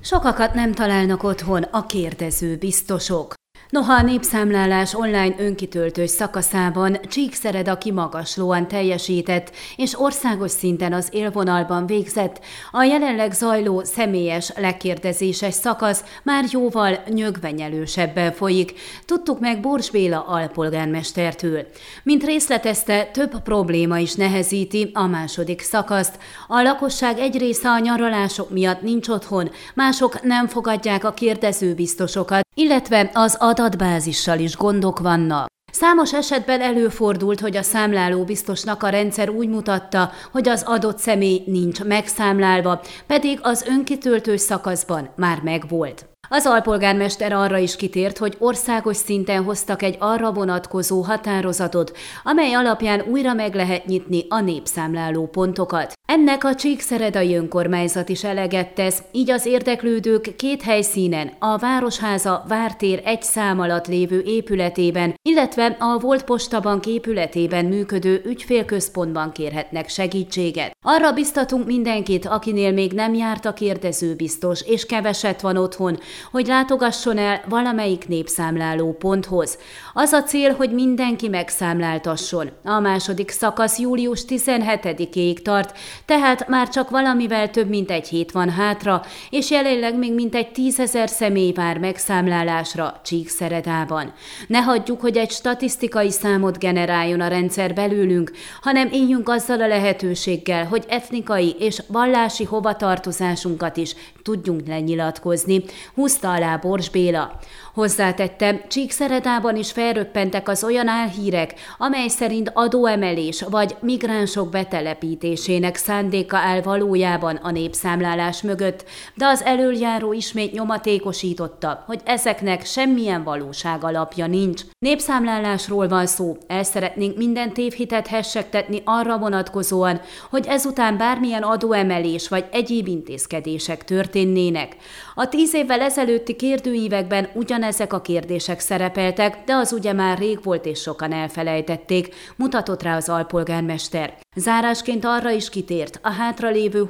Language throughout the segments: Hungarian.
Sokakat nem találnak otthon a kérdező biztosok. Noha a népszámlálás online önkitöltős szakaszában Csíkszereda kimagaslóan teljesített és országos szinten az élvonalban végzett, a jelenleg zajló személyes lekérdezéses szakasz már jóval nyögvenyelősebben folyik, tudtuk meg Bors Béla alpolgármestertől. Mint részletezte, több probléma is nehezíti a második szakaszt. A lakosság egy része a nyaralások miatt nincs otthon, mások nem fogadják a kérdezőbiztosokat, illetve az adatbázissal is gondok vannak. Számos esetben előfordult, hogy a számlálóbiztosnak a rendszer úgy mutatta, hogy az adott személy nincs megszámlálva, pedig az önkitöltős szakaszban már megvolt. Az alpolgármester arra is kitért, hogy országos szinten hoztak egy arra vonatkozó határozatot, amely alapján újra meg lehet nyitni a népszámláló pontokat. Ennek a Csíkszeredai önkormányzat is eleget tesz, így az érdeklődők két helyszínen, a Városháza vártér egy szám alatt lévő épületében, illetve a Volt Postabank épületében működő ügyfélközpontban kérhetnek segítséget. Arra biztatunk mindenkit, akinél még nem járt a kérdezőbiztos és keveset van otthon, hogy látogasson el valamelyik népszámláló ponthoz. Az a cél, hogy mindenki megszámláltasson. A második szakasz július 17-éig tart, tehát már csak valamivel több mint egy hét van hátra, és jelenleg még mintegy 10 000 személy vár megszámlálásra Csíkszeredában. Ne hagyjuk, hogy egy statisztikai számot generáljon a rendszer belőlünk, hanem éljünk azzal a lehetőséggel, hogy etnikai és vallási hovatartozásunkat is tudjunk lenyilatkozni, húzta alá Bors Béla. Hozzátette, Csíkszeredában is felröppentek az olyan álhírek, amely szerint adóemelés vagy migránsok betelepítésének szándéka áll valójában a népszámlálás mögött, de az elöljáró ismét nyomatékosította, hogy ezeknek semmilyen valóság alapja nincs. Népszámlálásról van szó, el szeretnénk minden tévhitet hessegtetni arra vonatkozóan, hogy ezután bármilyen adóemelés vagy egyéb intézkedések történnének. A 10 évvel ezelőtti kérdőívekben ugyanezek a kérdések szerepeltek, de az ugye már rég volt és sokan elfelejtették, mutatott rá az alpolgármester. Zárásként arra is kitért, a hátralévő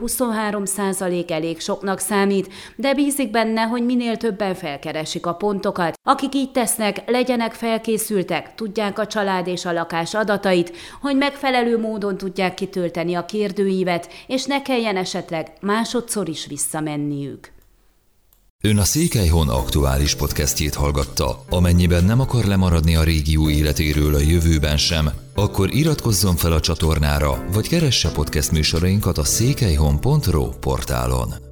23% elég soknak számít, de bízik benne, hogy minél többen felkeresik a pontokat. Akik így tesznek, legyenek felkészültek, tudják a család és a lakás adatait, hogy megfelelő módon tudják kitölteni a kérdőívet, és ne kelljen esetleg másodszor is visszamenniük. Ön a Székelyhon aktuális podcastjét hallgatta. Amennyiben nem akar lemaradni a régió életéről a jövőben sem, akkor iratkozzon fel a csatornára, vagy keresse podcast műsorainkat a székelyhon.ro portálon.